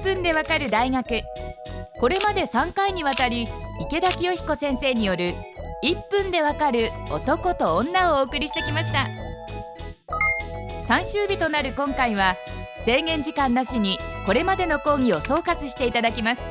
分でわかる大学。これまで3回にわたり池田清彦先生による1分でわかる男と女をお送りしてきました。3週日となる今回は制限時間なしにこれまでの講義を総括していただきます。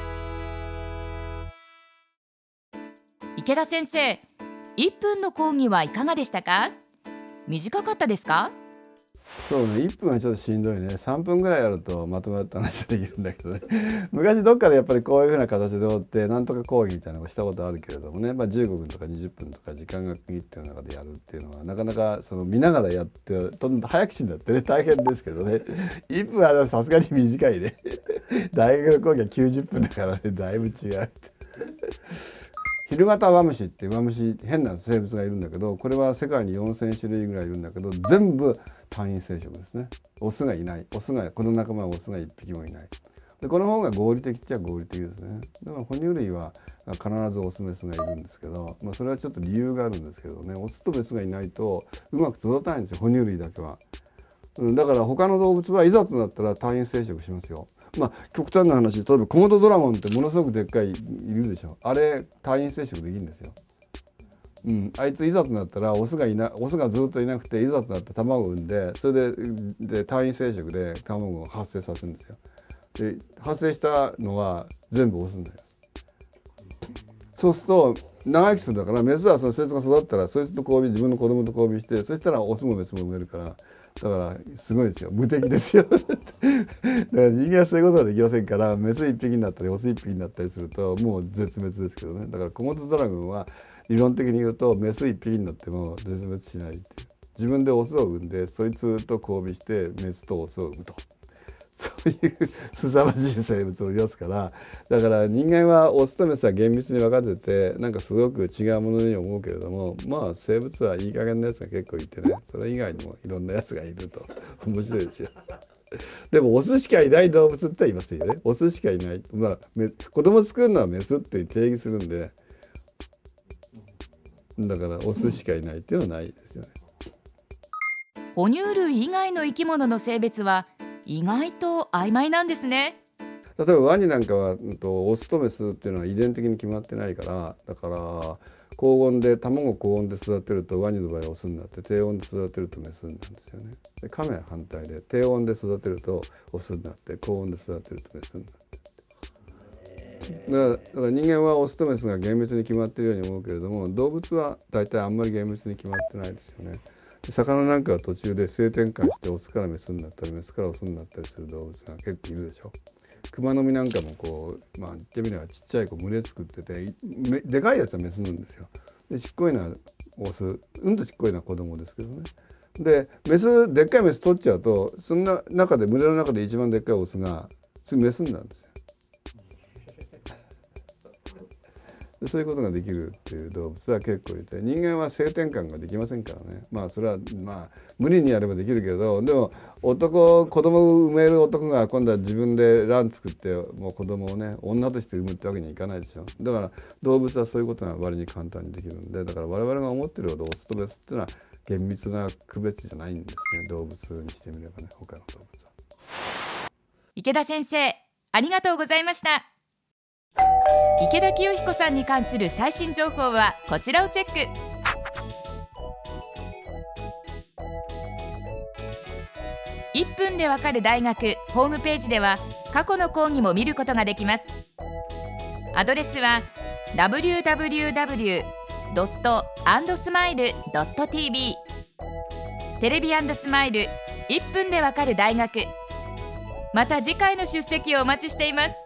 池田先生、1分の講義はいかがでしたか？短かったですか？ そうね、1分はちょっとしんどいね。3分ぐらいやるとまとまった話できるんだけどね昔どっかでやっぱりこういうふうな形でおってなんとか講義みたいなのをしたことあるけれどもね、15分とか20分とか時間が区切ってる中でやるっていうのはなかなか見ながらやってどんどん早口になってね大変ですけどね1分はさすがに短いね大学の講義は90分だからね、だいぶ違う昼型ワムシってワムシ変な生物がいるんだけど、これは世界に4000種類ぐらいいるんだけど全部単一生殖ですね。オスがいない、この仲間はオスが1匹もいない。でこの方が合理的っちゃ合理的ですね。だから哺乳類は必ずオスメスがいるんですけど、それはちょっと理由があるんですけどね、オスとメスがいないとうまく育たないんですよ、哺乳類だけは。だから他の動物はいざとなったら単一生殖しますよ。極端な話、例えばコモドドラゴンってものすごくでっかいいるでしょ。あれ単一生殖できるんですよ。あいついざとなったらオスがずっといなくて、いざとなって卵を産んで、それで単一生殖で卵を発生させるんですよ。で発生したのは全部オスになります。そうすると長生きするんだから、メスはそいつが育ったらそいつと交尾、自分の子供と交尾して、そしたらオスもメスも産めるから、だからすごいですよ、無敵ですよだから人間はそういうことはできませんから、メス1匹になったりオス1匹になったりするともう絶滅ですけどね。だからコモドドラゴンは理論的に言うとメス1匹になっても絶滅しないっていう、自分でオスを産んでそいつと交尾してメスとオスを産むと、そういう凄まじい生物をいますから。だから人間はオスとメスは厳密に分かってて、なんかすごく違うものに思うけれども、生物はいい加減なやつが結構いてね、それ以外にもいろんなやつがいると面白いですよでもオスしかいない動物って言いますよね。オスしかいない、子供作るのはメスって定義するんで、だからオスしかいないっていうのはないですよね。 哺乳類以外の生き物の性別は意外と曖昧なんですね。 例えばワニなんかはオスとメスっていうのは遺伝的に決まってないから、だから高温で卵を高温で育てるとワニの場合はオスになって、低温で育てるとメスになるんですよね。でカメは反対で、低温で育てるとオスになって、高温で育てるとメスになって、だから人間はオスとメスが厳密に決まっているように思うけれども、動物は大体あんまり厳密に決まってないですよね。魚なんかは途中で性転換してオスからメスになったりメスからオスになったりする動物が結構いるでしょ。クマノミなんかも言ってみればちっちゃい群れ作ってて、でかいやつはメスなんですよ。でちっこいのはオス、とちっこいのは子供ですけどね。ででっかいメス取っちゃうと、そんな中で群れの中で一番でっかいオスがメスになるんですよ。そういうことができるっていう動物は結構いて、人間は性転換ができませんからね。それは無理にやればできるけど、でも子供を産める男が今度は自分で卵作ってもう子供をね女として産むってわけにはいかないでしょ。だから動物はそういうことが割に簡単にできるんで、だから我々が思ってるほどオスとメスっていうのは厳密な区別じゃないんですね、動物にしてみればね、他の動物は。 池田先生、ありがとうございました。池田清彦さんに関する最新情報はこちらをチェック。1分でわかる大学ホームページでは過去の講義も見ることができます。アドレスは www.andsmile.tv テレビ&スマイル1分でわかる大学。また次回の出席をお待ちしています。